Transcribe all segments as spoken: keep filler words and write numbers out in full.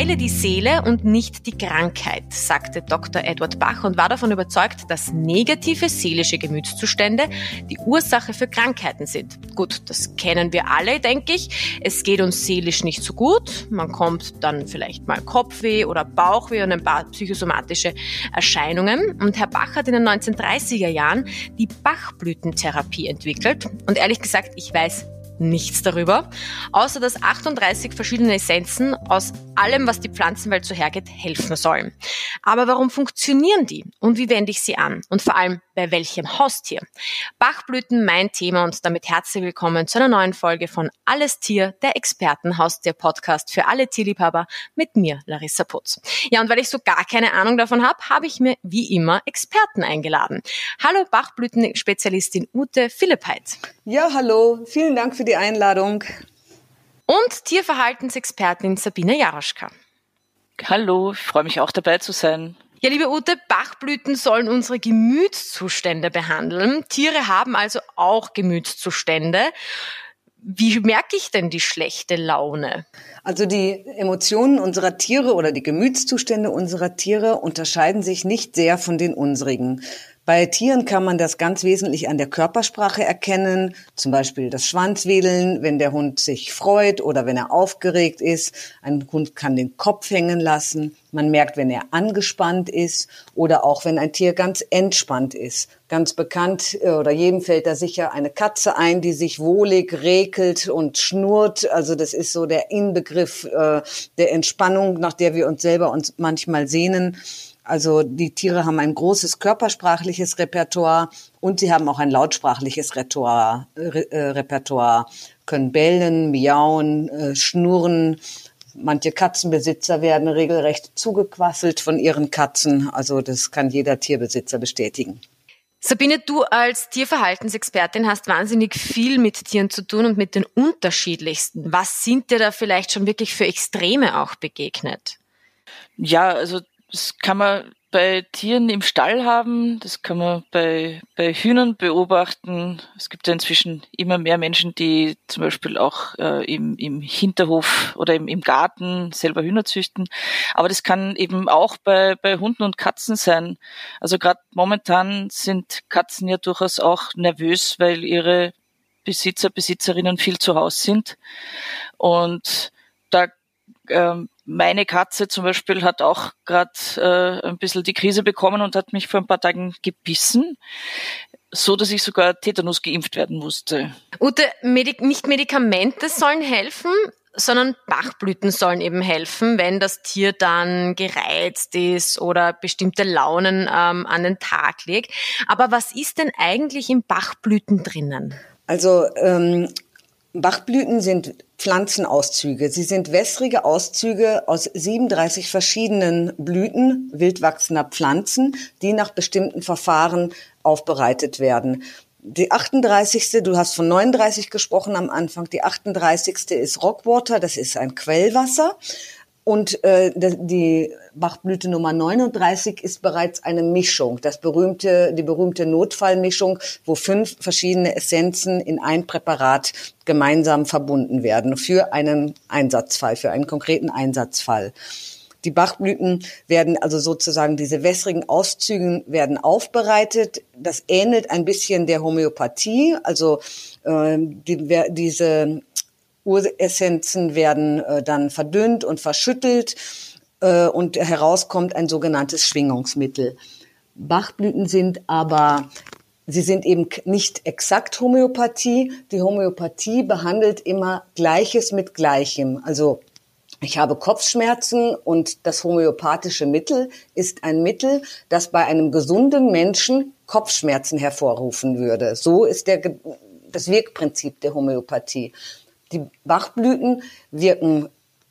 heile die Seele und nicht die Krankheit, sagte Doktor Edward Bach und war davon überzeugt, dass negative seelische Gemütszustände die Ursache für Krankheiten sind. Gut, das kennen wir alle, denke ich. Es geht uns seelisch nicht so gut. Man kommt dann vielleicht mal Kopfweh oder Bauchweh und ein paar psychosomatische Erscheinungen. Und Herr Bach hat in den neunzehnhundertdreißiger Jahren die Bachblütentherapie entwickelt. Und ehrlich gesagt, ich weiß nichts darüber, außer dass achtunddreißig verschiedene Essenzen aus allem, was die Pflanzenwelt so hergibt, helfen sollen. Aber warum funktionieren die und wie wende ich sie an? Und vor allem, bei welchem Haustier? Bachblüten, mein Thema und damit herzlich willkommen zu einer neuen Folge von Alles Tier, der Expertenhaustier-Podcast für alle Tierliebhaber mit mir, Larissa Putz. Ja, und weil ich so gar keine Ahnung davon habe, habe ich mir wie immer Experten eingeladen. Hallo Bachblütenspezialistin Ute Philippheit. Ja, hallo. Vielen Dank für die Einladung. Und Tierverhaltensexpertin Sabine Jaroschka. Hallo, ich freue mich auch dabei zu sein. Ja, liebe Ute, Bachblüten sollen unsere Gemütszustände behandeln. Tiere haben also auch Gemütszustände. Wie merke ich denn die schlechte Laune? Also die Emotionen unserer Tiere oder die Gemütszustände unserer Tiere unterscheiden sich nicht sehr von den unsrigen. Bei Tieren kann man das ganz wesentlich an der Körpersprache erkennen, zum Beispiel das Schwanzwedeln, wenn der Hund sich freut oder wenn er aufgeregt ist. Ein Hund kann den Kopf hängen lassen. Man merkt, wenn er angespannt ist oder auch wenn ein Tier ganz entspannt ist. Ganz bekannt oder jedem fällt da sicher eine Katze ein, die sich wohlig räkelt und schnurrt. Also das ist so der Inbegriff äh, der Entspannung, nach der wir uns selber uns manchmal sehnen. Also die Tiere haben ein großes körpersprachliches Repertoire und sie haben auch ein lautsprachliches Repertoire, äh, Repertoire. Können bellen, miauen, äh, schnurren. Manche Katzenbesitzer werden regelrecht zugequasselt von ihren Katzen. Also das kann jeder Tierbesitzer bestätigen. Sabine, du als Tierverhaltensexpertin hast wahnsinnig viel mit Tieren zu tun und mit den unterschiedlichsten. Was sind dir da vielleicht schon wirklich für Extreme auch begegnet? Ja, also das kann man bei Tieren im Stall haben, das kann man bei, bei Hühnern beobachten. Es gibt ja inzwischen immer mehr Menschen, die zum Beispiel auch äh, im, im Hinterhof oder im, im Garten selber Hühner züchten. Aber das kann eben auch bei, bei Hunden und Katzen sein. Also gerade momentan sind Katzen ja durchaus auch nervös, weil ihre Besitzer, Besitzerinnen viel zu Hause sind. Und da ähm, meine Katze zum Beispiel hat auch gerade äh, ein bisschen die Krise bekommen und hat mich vor ein paar Tagen gebissen, so dass ich sogar Tetanus geimpft werden musste. Ute, Medik- nicht Medikamente sollen helfen, sondern Bachblüten sollen eben helfen, wenn das Tier dann gereizt ist oder bestimmte Launen ähm, an den Tag legt. Aber was ist denn eigentlich in Bachblüten drinnen? Also ähm, Bachblüten sind Pflanzenauszüge. Sie sind wässrige Auszüge aus siebenunddreißig verschiedenen Blüten wildwachsender Pflanzen, die nach bestimmten Verfahren aufbereitet werden. Die achtunddreißigste, du hast von neununddreißig gesprochen am Anfang, die achtunddreißigste ist Rockwater, das ist ein Quellwasser. Und äh, die Bachblüte Nummer neununddreißig ist bereits eine Mischung, das berühmte, die berühmte Notfallmischung, wo fünf verschiedene Essenzen in ein Präparat gemeinsam verbunden werden für einen Einsatzfall, für einen konkreten Einsatzfall. Die Bachblüten werden also sozusagen, diese wässrigen Auszüge werden aufbereitet. Das ähnelt ein bisschen der Homöopathie, also äh, die, diese Uressenzen werden äh, dann verdünnt und verschüttelt äh, und herauskommt ein sogenanntes Schwingungsmittel. Bachblüten sind aber, sie sind eben nicht exakt Homöopathie. Die Homöopathie behandelt immer Gleiches mit Gleichem. Also ich habe Kopfschmerzen und das homöopathische Mittel ist ein Mittel, das bei einem gesunden Menschen Kopfschmerzen hervorrufen würde. So ist der, das Wirkprinzip der Homöopathie. Die Bachblüten wirken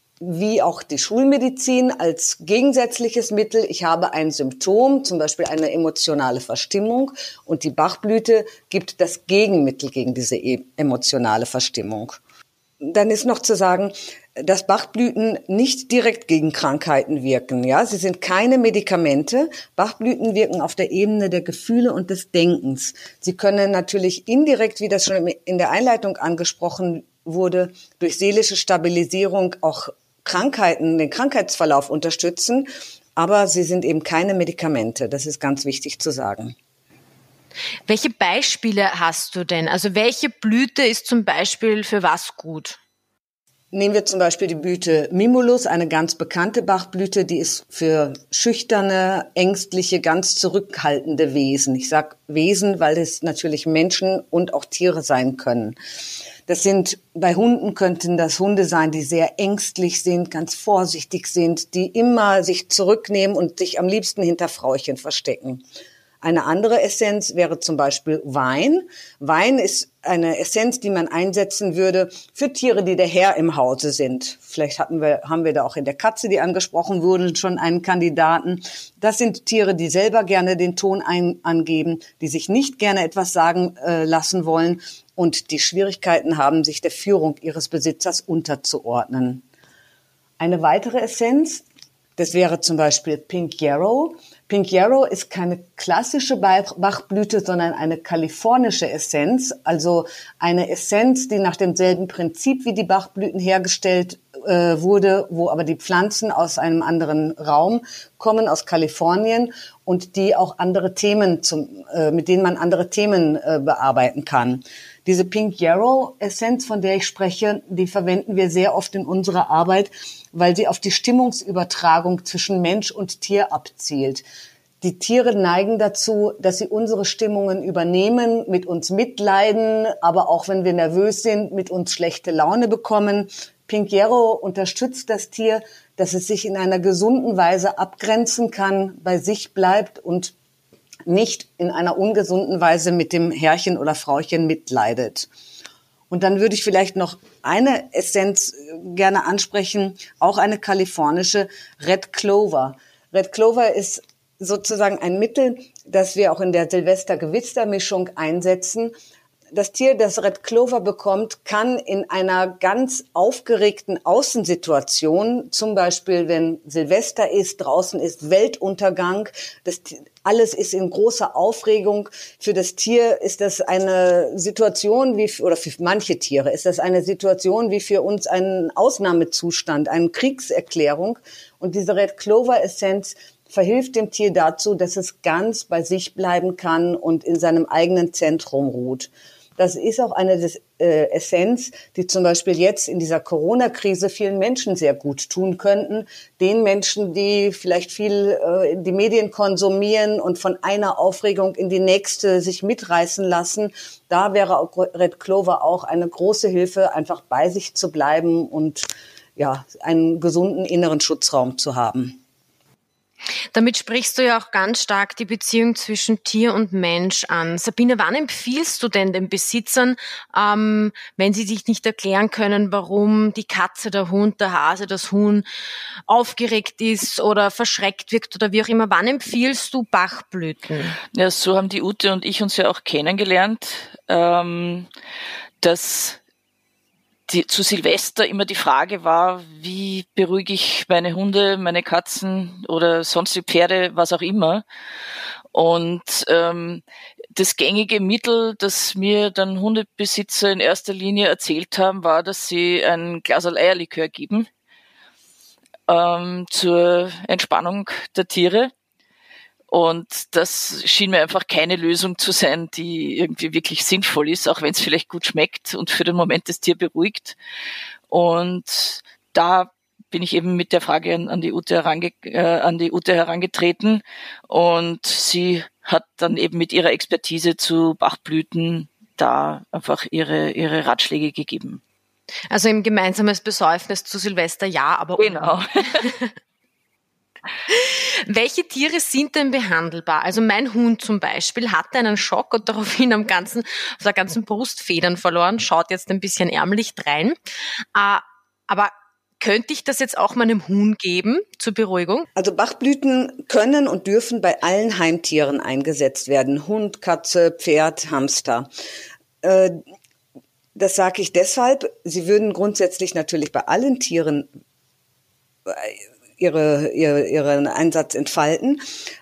wie auch die Schulmedizin als gegensätzliches Mittel. Ich habe ein Symptom, zum Beispiel eine emotionale Verstimmung, und die Bachblüte gibt das Gegenmittel gegen diese emotionale Verstimmung. Dann ist noch zu sagen, dass Bachblüten nicht direkt gegen Krankheiten wirken. Ja, sie sind keine Medikamente. Bachblüten wirken auf der Ebene der Gefühle und des Denkens. Sie können natürlich indirekt, wie das schon in der Einleitung angesprochen wurde, durch seelische Stabilisierung auch Krankheiten, den Krankheitsverlauf unterstützen, aber sie sind eben keine Medikamente. Das ist ganz wichtig zu sagen. Welche Beispiele hast du denn? Also welche Blüte ist zum Beispiel für was gut? Nehmen wir zum Beispiel die Blüte Mimulus, eine ganz bekannte Bachblüte, die ist für schüchterne, ängstliche, ganz zurückhaltende Wesen. Ich sage Wesen, weil es natürlich Menschen und auch Tiere sein können. Das sind, bei Hunden könnten das Hunde sein, die sehr ängstlich sind, ganz vorsichtig sind, die immer sich zurücknehmen und sich am liebsten hinter Frauchen verstecken. Eine andere Essenz wäre zum Beispiel Wein. Wein ist eine Essenz, die man einsetzen würde für Tiere, die der Herr im Hause sind. Vielleicht hatten wir, haben wir da auch in der Katze, die angesprochen wurde, schon einen Kandidaten. Das sind Tiere, die selber gerne den Ton ein, angeben, die sich nicht gerne etwas sagen äh, lassen wollen und die Schwierigkeiten haben, sich der Führung ihres Besitzers unterzuordnen. Eine weitere Essenz, das wäre zum Beispiel Pink Yarrow. Pink Yarrow ist keine klassische Bachblüte, sondern eine kalifornische Essenz, also eine Essenz, die nach demselben Prinzip wie die Bachblüten hergestellt äh, wurde, wo aber die Pflanzen aus einem anderen Raum kommen, aus Kalifornien, und die auch andere Themen, zum, äh, mit denen man andere Themen äh, bearbeiten kann. Diese Pink Yarrow Essenz, von der ich spreche, die verwenden wir sehr oft in unserer Arbeit, weil sie auf die Stimmungsübertragung zwischen Mensch und Tier abzielt. Die Tiere neigen dazu, dass sie unsere Stimmungen übernehmen, mit uns mitleiden, aber auch wenn wir nervös sind, mit uns schlechte Laune bekommen. Pink Yarrow unterstützt das Tier, dass es sich in einer gesunden Weise abgrenzen kann, bei sich bleibt und nicht in einer ungesunden Weise mit dem Herrchen oder Frauchen mitleidet. Und dann würde ich vielleicht noch eine Essenz gerne ansprechen, auch eine kalifornische, Red Clover. Red Clover ist sozusagen ein Mittel, das wir auch in der Silvester-Gewister-Mischung einsetzen. Das Tier, das Red Clover bekommt, kann in einer ganz aufgeregten Außensituation, zum Beispiel wenn Silvester ist, draußen ist Weltuntergang, das, alles ist in großer Aufregung. Für das Tier ist das eine Situation, wie oder für manche Tiere ist das eine Situation wie für uns ein Ausnahmezustand, eine Kriegserklärung. Und diese Red Clover Essenz verhilft dem Tier dazu, dass es ganz bei sich bleiben kann und in seinem eigenen Zentrum ruht. Das ist auch eine des, äh, Essenz, die zum Beispiel jetzt in dieser Corona-Krise vielen Menschen sehr gut tun könnten. Den Menschen, die vielleicht viel äh, die Medien konsumieren und von einer Aufregung in die nächste sich mitreißen lassen. Da wäre auch Red Clover auch eine große Hilfe, einfach bei sich zu bleiben und ja, einen gesunden inneren Schutzraum zu haben. Damit sprichst du ja auch ganz stark die Beziehung zwischen Tier und Mensch an. Sabine, wann empfiehlst du denn den Besitzern, ähm, wenn sie sich nicht erklären können, warum die Katze, der Hund, der Hase, das Huhn aufgeregt ist oder verschreckt wirkt oder wie auch immer, wann empfiehlst du Bachblüten? Ja, so haben die Ute und ich uns ja auch kennengelernt, ähm, dass Die, zu Silvester immer die Frage war, wie beruhige ich meine Hunde, meine Katzen oder sonstige Pferde, was auch immer. Und ähm, das gängige Mittel, das mir dann Hundebesitzer in erster Linie erzählt haben, war, dass sie ein Glaserl Eierlikör geben ähm, zur Entspannung der Tiere. Und das schien mir einfach keine Lösung zu sein, die irgendwie wirklich sinnvoll ist, auch wenn es vielleicht gut schmeckt und für den Moment das Tier beruhigt. Und da bin ich eben mit der Frage an, an die Ute herange, äh, an die Ute herangetreten und sie hat dann eben mit ihrer Expertise zu Bachblüten da einfach ihre ihre Ratschläge gegeben. Also ein gemeinsames Besäufnis zu Silvester, ja, aber genau. Welche Tiere sind denn behandelbar? Also mein Hund zum Beispiel hatte einen Schock und daraufhin am ganzen, auf der ganzen Brust Federn verloren, schaut jetzt ein bisschen ärmlich drein. Äh, aber könnte ich das jetzt auch meinem Huhn geben zur Beruhigung? Also Bachblüten können und dürfen bei allen Heimtieren eingesetzt werden. Hund, Katze, Pferd, Hamster. Äh, das sage ich deshalb, sie würden grundsätzlich natürlich bei allen Tieren ihre, ihre, ihren Einsatz entfalten.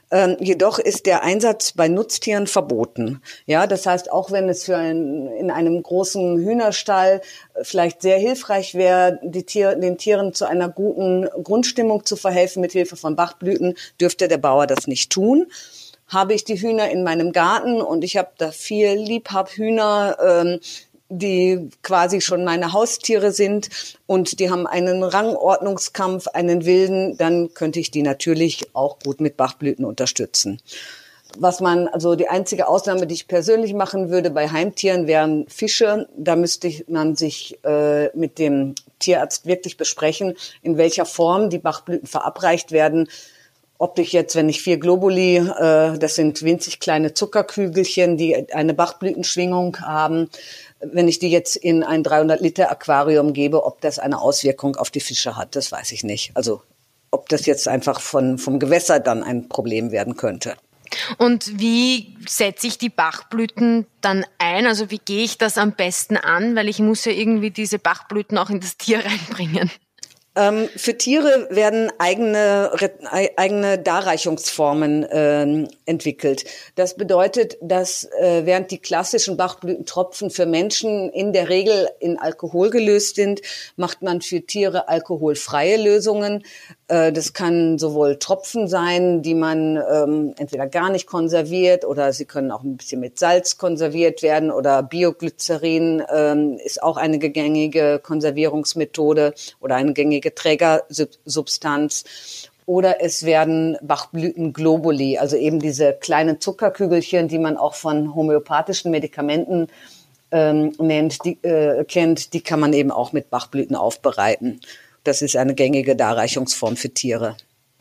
Ähm, jedoch ist der Einsatz bei Nutztieren verboten. Ja, das heißt, auch wenn es für ein, in einem großen Hühnerstall vielleicht sehr hilfreich wäre, die Tier, den Tieren zu einer guten Grundstimmung zu verhelfen mit Hilfe von Bachblüten, dürfte der Bauer das nicht tun. Habe ich die Hühner in meinem Garten und ich habe da vier Liebhabhühner, ähm, die quasi schon meine Haustiere sind und die haben einen Rangordnungskampf, einen wilden, dann könnte ich die natürlich auch gut mit Bachblüten unterstützen. Was man, also die einzige Ausnahme, die ich persönlich machen würde bei Heimtieren, wären Fische. Da müsste man sich äh, mit dem Tierarzt wirklich besprechen, in welcher Form die Bachblüten verabreicht werden. Ob ich jetzt, wenn ich vier Globuli, äh, das sind winzig kleine Zuckerkügelchen, die eine Bachblütenschwingung haben, wenn ich die jetzt in ein dreihundert Liter Aquarium gebe, ob das eine Auswirkung auf die Fische hat, das weiß ich nicht. Also ob das jetzt einfach von vom Gewässer dann ein Problem werden könnte. Und wie setze ich die Bachblüten dann ein? Also wie gehe ich das am besten an? Weil ich muss ja irgendwie diese Bachblüten auch in das Tier reinbringen. Ähm, für Tiere werden eigene, eigene Darreichungsformen äh, entwickelt. Das bedeutet, dass äh, während die klassischen Bachblütentropfen für Menschen in der Regel in Alkohol gelöst sind, macht man für Tiere alkoholfreie Lösungen. Äh, das kann sowohl Tropfen sein, die man ähm, entweder gar nicht konserviert oder sie können auch ein bisschen mit Salz konserviert werden oder Bioglycerin ähm, ist auch eine gängige Konservierungsmethode oder eine gängige Trägersubstanz. Oder es werden Bachblütenglobuli, also eben diese kleinen Zuckerkügelchen, die man auch von homöopathischen Medikamenten ähm, nennt, die, äh, kennt, die kann man eben auch mit Bachblüten aufbereiten. Das ist eine gängige Darreichungsform für Tiere.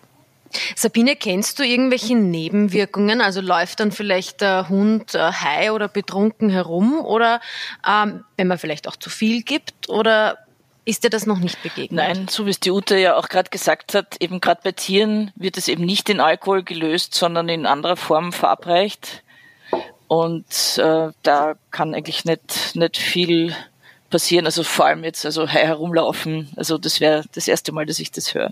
Sabine, kennst du irgendwelche Nebenwirkungen? Also läuft dann vielleicht der Hund äh, high oder betrunken herum oder ähm, wenn man vielleicht auch zu viel gibt oder ist dir das noch nicht begegnet? Nein, so wie es die Ute ja auch gerade gesagt hat, eben gerade bei Tieren wird es eben nicht in Alkohol gelöst, sondern in anderer Form verabreicht. Und äh, da kann eigentlich nicht, nicht viel passieren. Also vor allem jetzt also high herumlaufen. Also das wäre das erste Mal, dass ich das höre.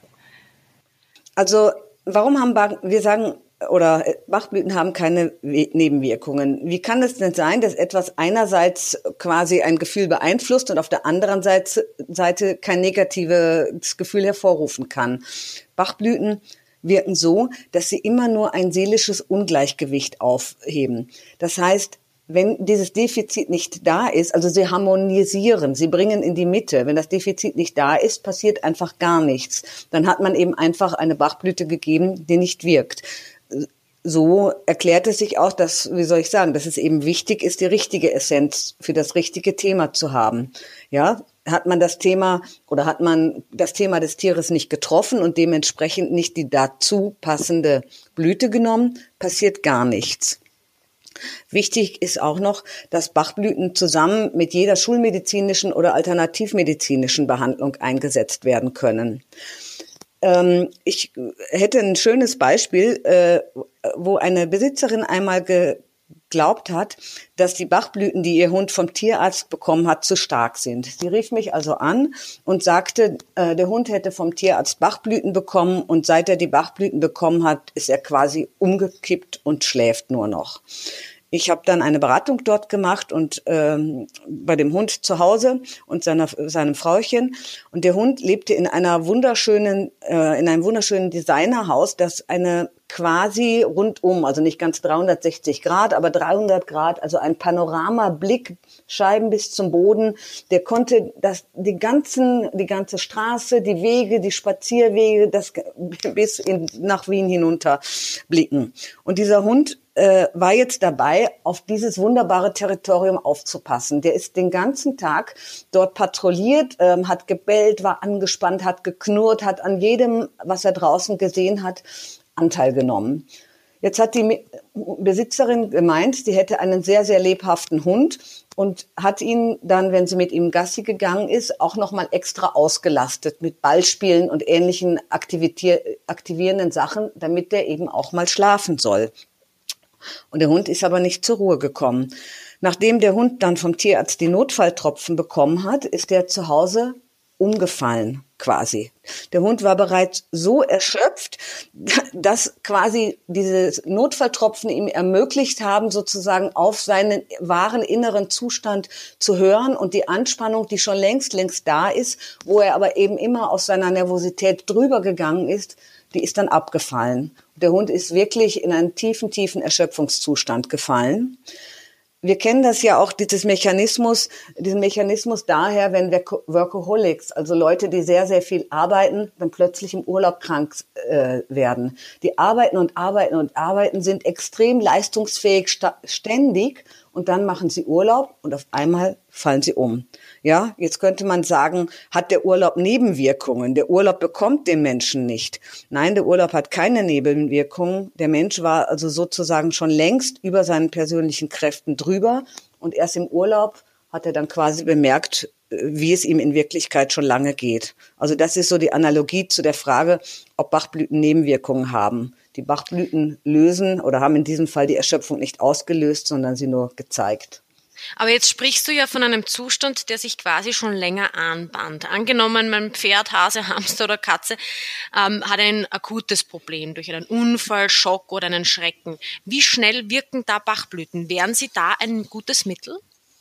Also warum haben Bach, wir sagen, oder Bachblüten haben keine Nebenwirkungen. Wie kann es denn sein, dass etwas einerseits quasi ein Gefühl beeinflusst und auf der anderen Seite, Seite kein negatives Gefühl hervorrufen kann? Bachblüten wirken so, dass sie immer nur ein seelisches Ungleichgewicht aufheben. Das heißt, wenn dieses Defizit nicht da ist, also sie harmonisieren, sie bringen in die Mitte. Wenn das Defizit nicht da ist, passiert einfach gar nichts. Dann hat man eben einfach eine Bachblüte gegeben, die nicht wirkt. So erklärt es sich auch, dass, wie soll ich sagen, dass es eben wichtig ist, die richtige Essenz für das richtige Thema zu haben. Ja, hat man das Thema oder hat man das Thema des Tieres nicht getroffen und dementsprechend nicht die dazu passende Blüte genommen, passiert gar nichts. Wichtig ist auch noch, dass Bachblüten zusammen mit jeder schulmedizinischen oder alternativmedizinischen Behandlung eingesetzt werden können. Ähm, ich hätte ein schönes Beispiel, äh, wo eine Besitzerin einmal geglaubt hat, dass die Bachblüten, die ihr Hund vom Tierarzt bekommen hat, zu stark sind. Sie rief mich also an und sagte, äh, der Hund hätte vom Tierarzt Bachblüten bekommen und seit er die Bachblüten bekommen hat, ist er quasi umgekippt und schläft nur noch. Ich habe dann eine Beratung dort gemacht und ähm, bei dem Hund zu Hause und seiner, seinem Frauchen. Und der Hund lebte in einer wunderschönen, äh, in einem wunderschönen Designerhaus, das eine quasi rundum, also nicht ganz dreihundertsechzig Grad, aber dreihundert Grad, also ein Panoramablick, Scheiben bis zum Boden. Der konnte das, die ganzen, die ganze Straße, die Wege, die Spazierwege, das bis in, nach Wien hinunter blicken. Und dieser Hund äh, war jetzt dabei, auf dieses wunderbare Territorium aufzupassen. Der ist den ganzen Tag dort patrouilliert, ähm, hat gebellt, war angespannt, hat geknurrt, hat an jedem, was er draußen gesehen hat, Anteil genommen. Jetzt hat die Besitzerin gemeint, sie hätte einen sehr, sehr lebhaften Hund und hat ihn dann, wenn sie mit ihm Gassi gegangen ist, auch nochmal extra ausgelastet mit Ballspielen und ähnlichen aktivierenden Sachen, damit der eben auch mal schlafen soll. Und der Hund ist aber nicht zur Ruhe gekommen. Nachdem der Hund dann vom Tierarzt die Notfalltropfen bekommen hat, ist er zu Hause umgefallen quasi. Der Hund war bereits so erschöpft, dass quasi diese Notfalltropfen ihm ermöglicht haben, sozusagen auf seinen wahren inneren Zustand zu hören und die Anspannung, die schon längst, längst da ist, wo er aber eben immer aus seiner Nervosität drüber gegangen ist, die ist dann abgefallen. Der Hund ist wirklich in einen tiefen, tiefen Erschöpfungszustand gefallen. Wir kennen das ja auch, dieses Mechanismus, diesen Mechanismus daher, wenn Workaholics, also Leute, die sehr, sehr viel arbeiten, dann plötzlich im Urlaub krank äh, werden. Die arbeiten und arbeiten und arbeiten, sind extrem leistungsfähig, sta- ständig und dann machen sie Urlaub und auf einmal fallen sie um. Ja, jetzt könnte man sagen, hat der Urlaub Nebenwirkungen? Der Urlaub bekommt den Menschen nicht. Nein, der Urlaub hat keine Nebenwirkungen. Der Mensch war also sozusagen schon längst über seinen persönlichen Kräften drüber und erst im Urlaub hat er dann quasi bemerkt, wie es ihm in Wirklichkeit schon lange geht. Also das ist so die Analogie zu der Frage, ob Bachblüten Nebenwirkungen haben. Die Bachblüten lösen oder haben in diesem Fall die Erschöpfung nicht ausgelöst, sondern sie nur gezeigt. Aber jetzt sprichst du ja von einem Zustand, der sich quasi schon länger anbahnt. Angenommen, mein Pferd, Hase, Hamster oder Katze ähm, hat ein akutes Problem durch einen Unfall, Schock oder einen Schrecken. Wie schnell wirken da Bachblüten? Wären sie da ein gutes Mittel?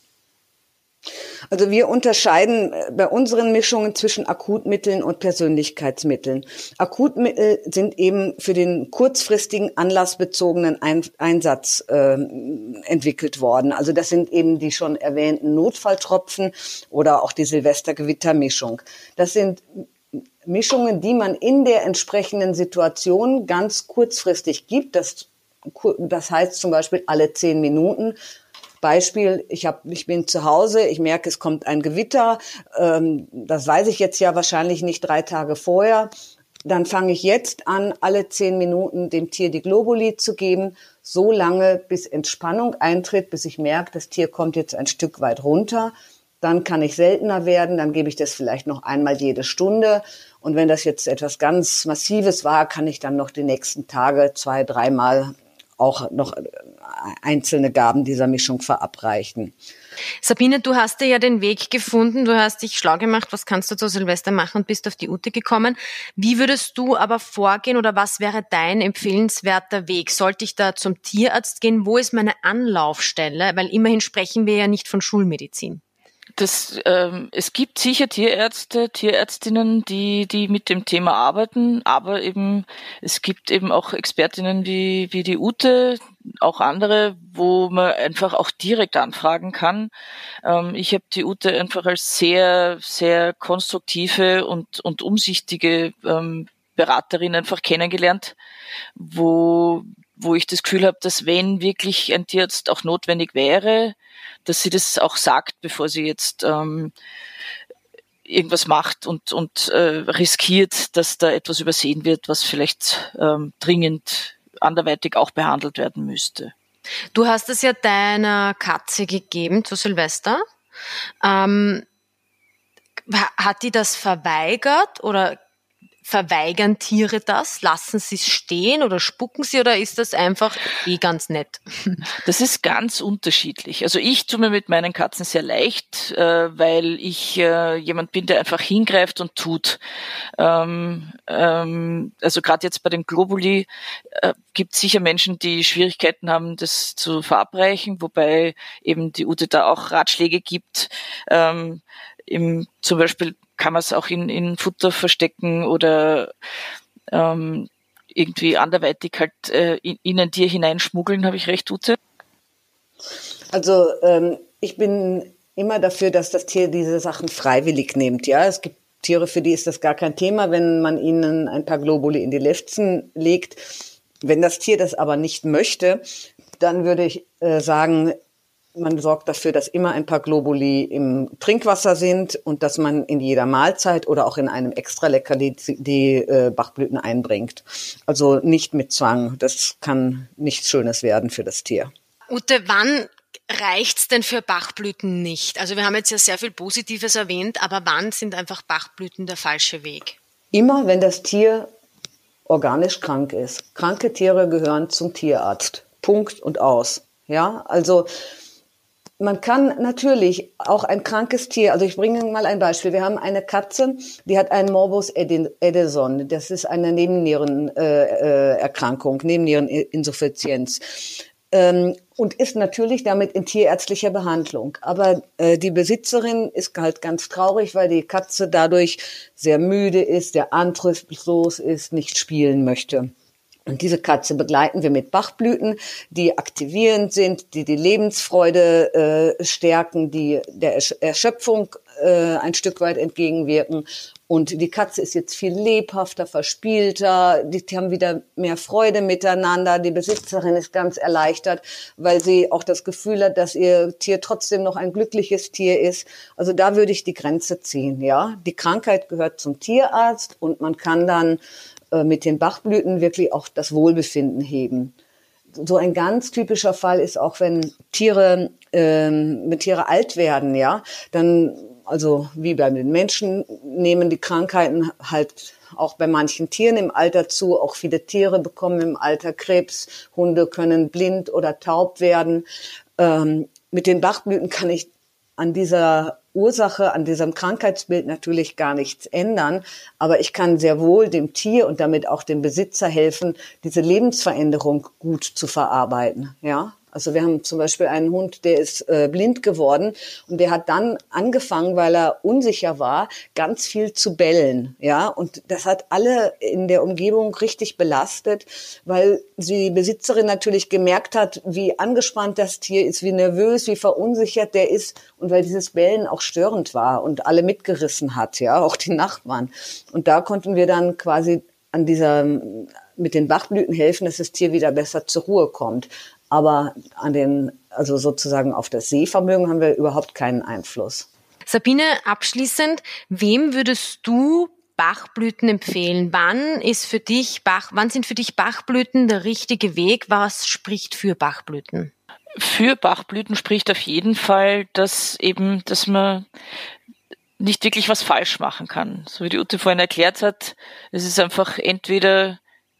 Also wir unterscheiden bei unseren Mischungen zwischen Akutmitteln und Persönlichkeitsmitteln. Akutmittel sind eben für den kurzfristigen anlassbezogenen Einsatz äh, entwickelt worden. Also das sind eben die schon erwähnten Notfalltropfen oder auch die Silvestergewittermischung. Das sind Mischungen, die man in der entsprechenden Situation ganz kurzfristig gibt. Das, das heißt zum Beispiel alle zehn Minuten. Beispiel, ich, hab, ich bin zu Hause, ich merke, es kommt ein Gewitter, ähm, das weiß ich jetzt ja wahrscheinlich nicht drei Tage vorher. Dann fange ich jetzt an, alle zehn Minuten dem Tier die Globuli zu geben, so lange, bis Entspannung eintritt, bis ich merke, das Tier kommt jetzt ein Stück weit runter. Dann kann ich seltener werden, dann gebe ich das vielleicht noch einmal jede Stunde. Und wenn das jetzt etwas ganz Massives war, kann ich dann noch die nächsten Tage zwei, dreimal auch noch einzelne Gaben dieser Mischung verabreichen. Sabine, du hast dir ja den Weg gefunden, du hast dich schlau gemacht, was kannst du zu Silvester machen und bist auf die Ute gekommen. Wie würdest du aber vorgehen oder was wäre dein empfehlenswerter Weg? Sollte ich da zum Tierarzt gehen? Wo ist meine Anlaufstelle? Weil immerhin sprechen wir ja nicht von Schulmedizin. Das, ähm, es gibt sicher Tierärzte, Tierärztinnen, die, die mit dem Thema arbeiten, aber eben, es gibt eben auch Expertinnen wie, wie die Ute, auch andere, wo man einfach auch direkt anfragen kann. Ähm, ich habe die Ute einfach als sehr, sehr konstruktive und, und umsichtige ähm, Beraterin einfach kennengelernt, wo, wo ich das Gefühl habe, dass wenn wirklich ein Tierarzt auch notwendig wäre, dass sie das auch sagt, bevor sie jetzt ähm, irgendwas macht und, und äh, riskiert, dass da etwas übersehen wird, was vielleicht ähm, dringend anderweitig auch behandelt werden müsste. Du hast es ja deiner Katze gegeben zu Silvester. Ähm, hat die das verweigert oder verweigern Tiere das? Lassen sie es stehen oder spucken sie oder ist das einfach eh ganz nett? Das ist ganz unterschiedlich. Also ich tue mir mit meinen Katzen sehr leicht, äh, weil ich äh, jemand bin, der einfach hingreift und tut. Ähm, ähm, also gerade jetzt bei dem Globuli äh, gibt es sicher Menschen, die Schwierigkeiten haben, das zu verabreichen, wobei eben die Ute da auch Ratschläge gibt. Ähm, im, zum Beispiel kann man es auch in, in Futter verstecken oder ähm, irgendwie anderweitig halt äh, in, in ein Tier hineinschmuggeln, habe ich recht, Ute? Also ähm, ich bin immer dafür, dass das Tier diese Sachen freiwillig nimmt. Ja, es gibt Tiere, für die ist das gar kein Thema, wenn man ihnen ein paar Globuli in die Lefzen legt. Wenn das Tier das aber nicht möchte, dann würde ich äh, sagen, man sorgt dafür, dass immer ein paar Globuli im Trinkwasser sind und dass man in jeder Mahlzeit oder auch in einem Extraleckerli die, die äh, Bachblüten einbringt. Also nicht mit Zwang. Das kann nichts Schönes werden für das Tier. Ute, wann reicht's denn für Bachblüten nicht? Also wir haben jetzt ja sehr viel Positives erwähnt, aber wann sind einfach Bachblüten der falsche Weg? Immer, wenn das Tier organisch krank ist. Kranke Tiere gehören zum Tierarzt. Punkt und aus. Ja, also Man kann natürlich auch ein krankes Tier, also ich bringe mal ein Beispiel. Wir haben eine Katze, die hat einen Morbus Addison. Das ist eine Nebennierenerkrankung, äh, Nebenniereninsuffizienz. Ähm, und ist natürlich damit in tierärztlicher Behandlung. Aber äh, die Besitzerin ist halt ganz traurig, weil die Katze dadurch sehr müde ist, sehr antriebslos ist, nicht spielen möchte. Und diese Katze begleiten wir mit Bachblüten, die aktivierend sind, die die Lebensfreude äh, stärken, die der Erschöpfung äh, ein Stück weit entgegenwirken. Und die Katze ist jetzt viel lebhafter, verspielter, die, die haben wieder mehr Freude miteinander. Die Besitzerin ist ganz erleichtert, weil sie auch das Gefühl hat, dass ihr Tier trotzdem noch ein glückliches Tier ist. Also da würde ich die Grenze ziehen, ja. Die Krankheit gehört zum Tierarzt und man kann dann mit den Bachblüten wirklich auch das Wohlbefinden heben. So ein ganz typischer Fall ist auch, wenn Tiere, ähm, wenn Tiere alt werden, ja, dann, also wie bei den Menschen, nehmen die Krankheiten halt auch bei manchen Tieren im Alter zu. Auch viele Tiere bekommen im Alter Krebs. Hunde können blind oder taub werden. Ähm, mit den Bachblüten kann ich an dieser Ursache, an diesem Krankheitsbild natürlich gar nichts ändern, aber ich kann sehr wohl dem Tier und damit auch dem Besitzer helfen, diese Lebensveränderung gut zu verarbeiten, ja. Also wir haben zum Beispiel einen Hund, der ist äh, blind geworden und der hat dann angefangen, weil er unsicher war, ganz viel zu bellen, ja. Und das hat alle in der Umgebung richtig belastet, weil die Besitzerin natürlich gemerkt hat, wie angespannt das Tier ist, wie nervös, wie verunsichert der ist und weil dieses Bellen auch störend war und alle mitgerissen hat, ja, auch die Nachbarn. Und da konnten wir dann quasi an dieser, mit den Bachblüten helfen, dass das Tier wieder besser zur Ruhe kommt. Aber an den, also sozusagen auf das Sehvermögen haben wir überhaupt keinen Einfluss. Sabine, abschließend, wem würdest du Bachblüten empfehlen? Wann ist für dich Bach, wann sind für dich Bachblüten der richtige Weg? Was spricht für Bachblüten? Für Bachblüten spricht auf jeden Fall, dass eben, dass man nicht wirklich was falsch machen kann. So wie die Ute vorhin erklärt hat, es ist einfach entweder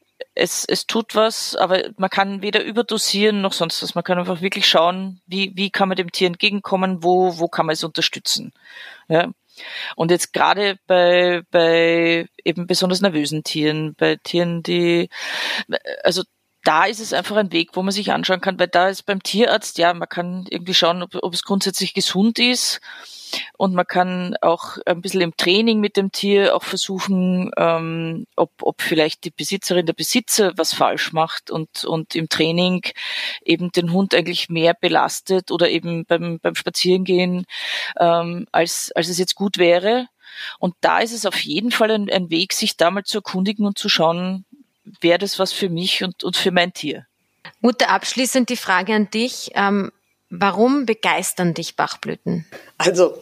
Es, es tut was, aber man kann weder überdosieren noch sonst was. Man kann einfach wirklich schauen, wie, wie kann man dem Tier entgegenkommen, wo, wo kann man es unterstützen. Ja. Und jetzt gerade bei, bei eben besonders nervösen Tieren, bei Tieren, die, also da ist es einfach ein Weg, wo man sich anschauen kann, weil da ist beim Tierarzt, ja, man kann irgendwie schauen, ob, ob es grundsätzlich gesund ist. Und man kann auch ein bisschen im Training mit dem Tier auch versuchen, ähm, ob, ob vielleicht die Besitzerin, der Besitzer was falsch macht und, und im Training eben den Hund eigentlich mehr belastet oder eben beim, beim Spazierengehen, ähm, als, als es jetzt gut wäre. Und da ist es auf jeden Fall ein, ein Weg, sich da mal zu erkundigen und zu schauen, wäre das was für mich und, und für mein Tier. Ute, abschließend die Frage an dich. Ähm, warum begeistern dich Bachblüten? Also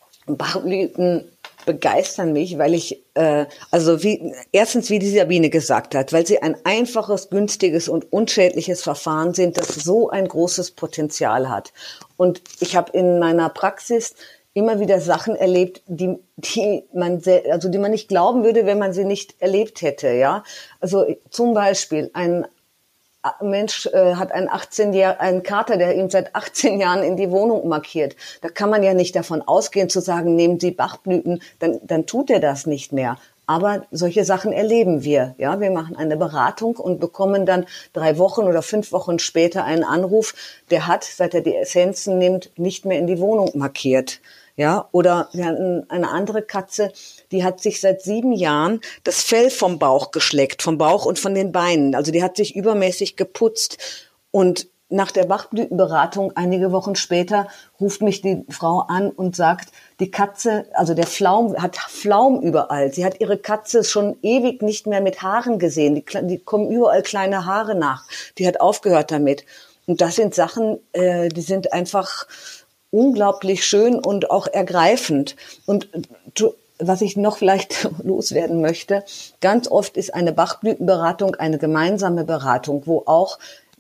Bachblüten begeistern mich, weil ich, äh, also wie erstens, wie die Sabine gesagt hat, weil sie ein einfaches, günstiges und unschädliches Verfahren sind, das so ein großes Potenzial hat. Und ich habe in meiner Praxis immer wieder Sachen erlebt, die, die man, sehr, also die man nicht glauben würde, wenn man sie nicht erlebt hätte, ja. Also zum Beispiel ein Mensch äh, hat einen achtzehn Jahr, einen Kater, der ihm seit achtzehn Jahren in die Wohnung markiert. Da kann man ja nicht davon ausgehen zu sagen, nehmen Sie Bachblüten, dann, dann tut er das nicht mehr. Aber solche Sachen erleben wir. Ja, wir machen eine Beratung und bekommen dann drei Wochen oder fünf Wochen später einen Anruf, der hat, seit er die Essenzen nimmt, nicht mehr in die Wohnung markiert. Ja, oder wir hatten eine andere Katze, die hat sich seit sieben Jahren das Fell vom Bauch geschleckt, vom Bauch und von den Beinen. Also die hat sich übermäßig geputzt. Und nach der Bachblütenberatung, einige Wochen später, ruft mich die Frau an und sagt, die Katze, also der Flaum, hat Flaum überall. Sie hat ihre Katze schon ewig nicht mehr mit Haaren gesehen. Die, die kommen überall kleine Haare nach. Die hat aufgehört damit. Und das sind Sachen, äh, die sind einfach unglaublich schön und auch ergreifend. Und was ich noch vielleicht loswerden möchte, ganz oft ist eine Bachblütenberatung eine gemeinsame Beratung, wo auch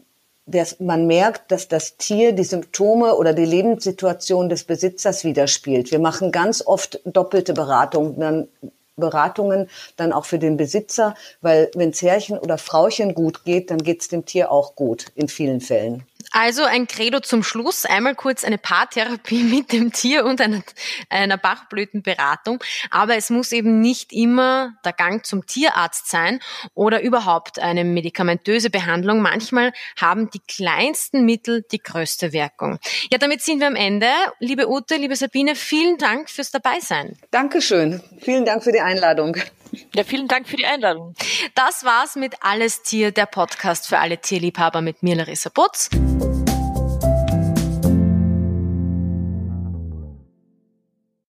das, man merkt, dass das Tier die Symptome oder die Lebenssituation des Besitzers widerspiegelt. Wir machen ganz oft doppelte Beratungen, dann Beratungen dann auch für den Besitzer, weil wenn es Herrchen oder Frauchen gut geht, dann geht es dem Tier auch gut in vielen Fällen. Also ein Credo zum Schluss, einmal kurz eine Paartherapie mit dem Tier und einer, einer Bachblütenberatung, aber es muss eben nicht immer der Gang zum Tierarzt sein oder überhaupt eine medikamentöse Behandlung. Manchmal haben die kleinsten Mittel die größte Wirkung. Ja, damit sind wir am Ende. Liebe Ute, liebe Sabine, vielen Dank fürs Dabeisein. Dankeschön. Vielen Dank für die Einladung. Ja, vielen Dank für die Einladung. Das war's mit Alles Tier, der Podcast für alle Tierliebhaber mit mir, Larissa Putz.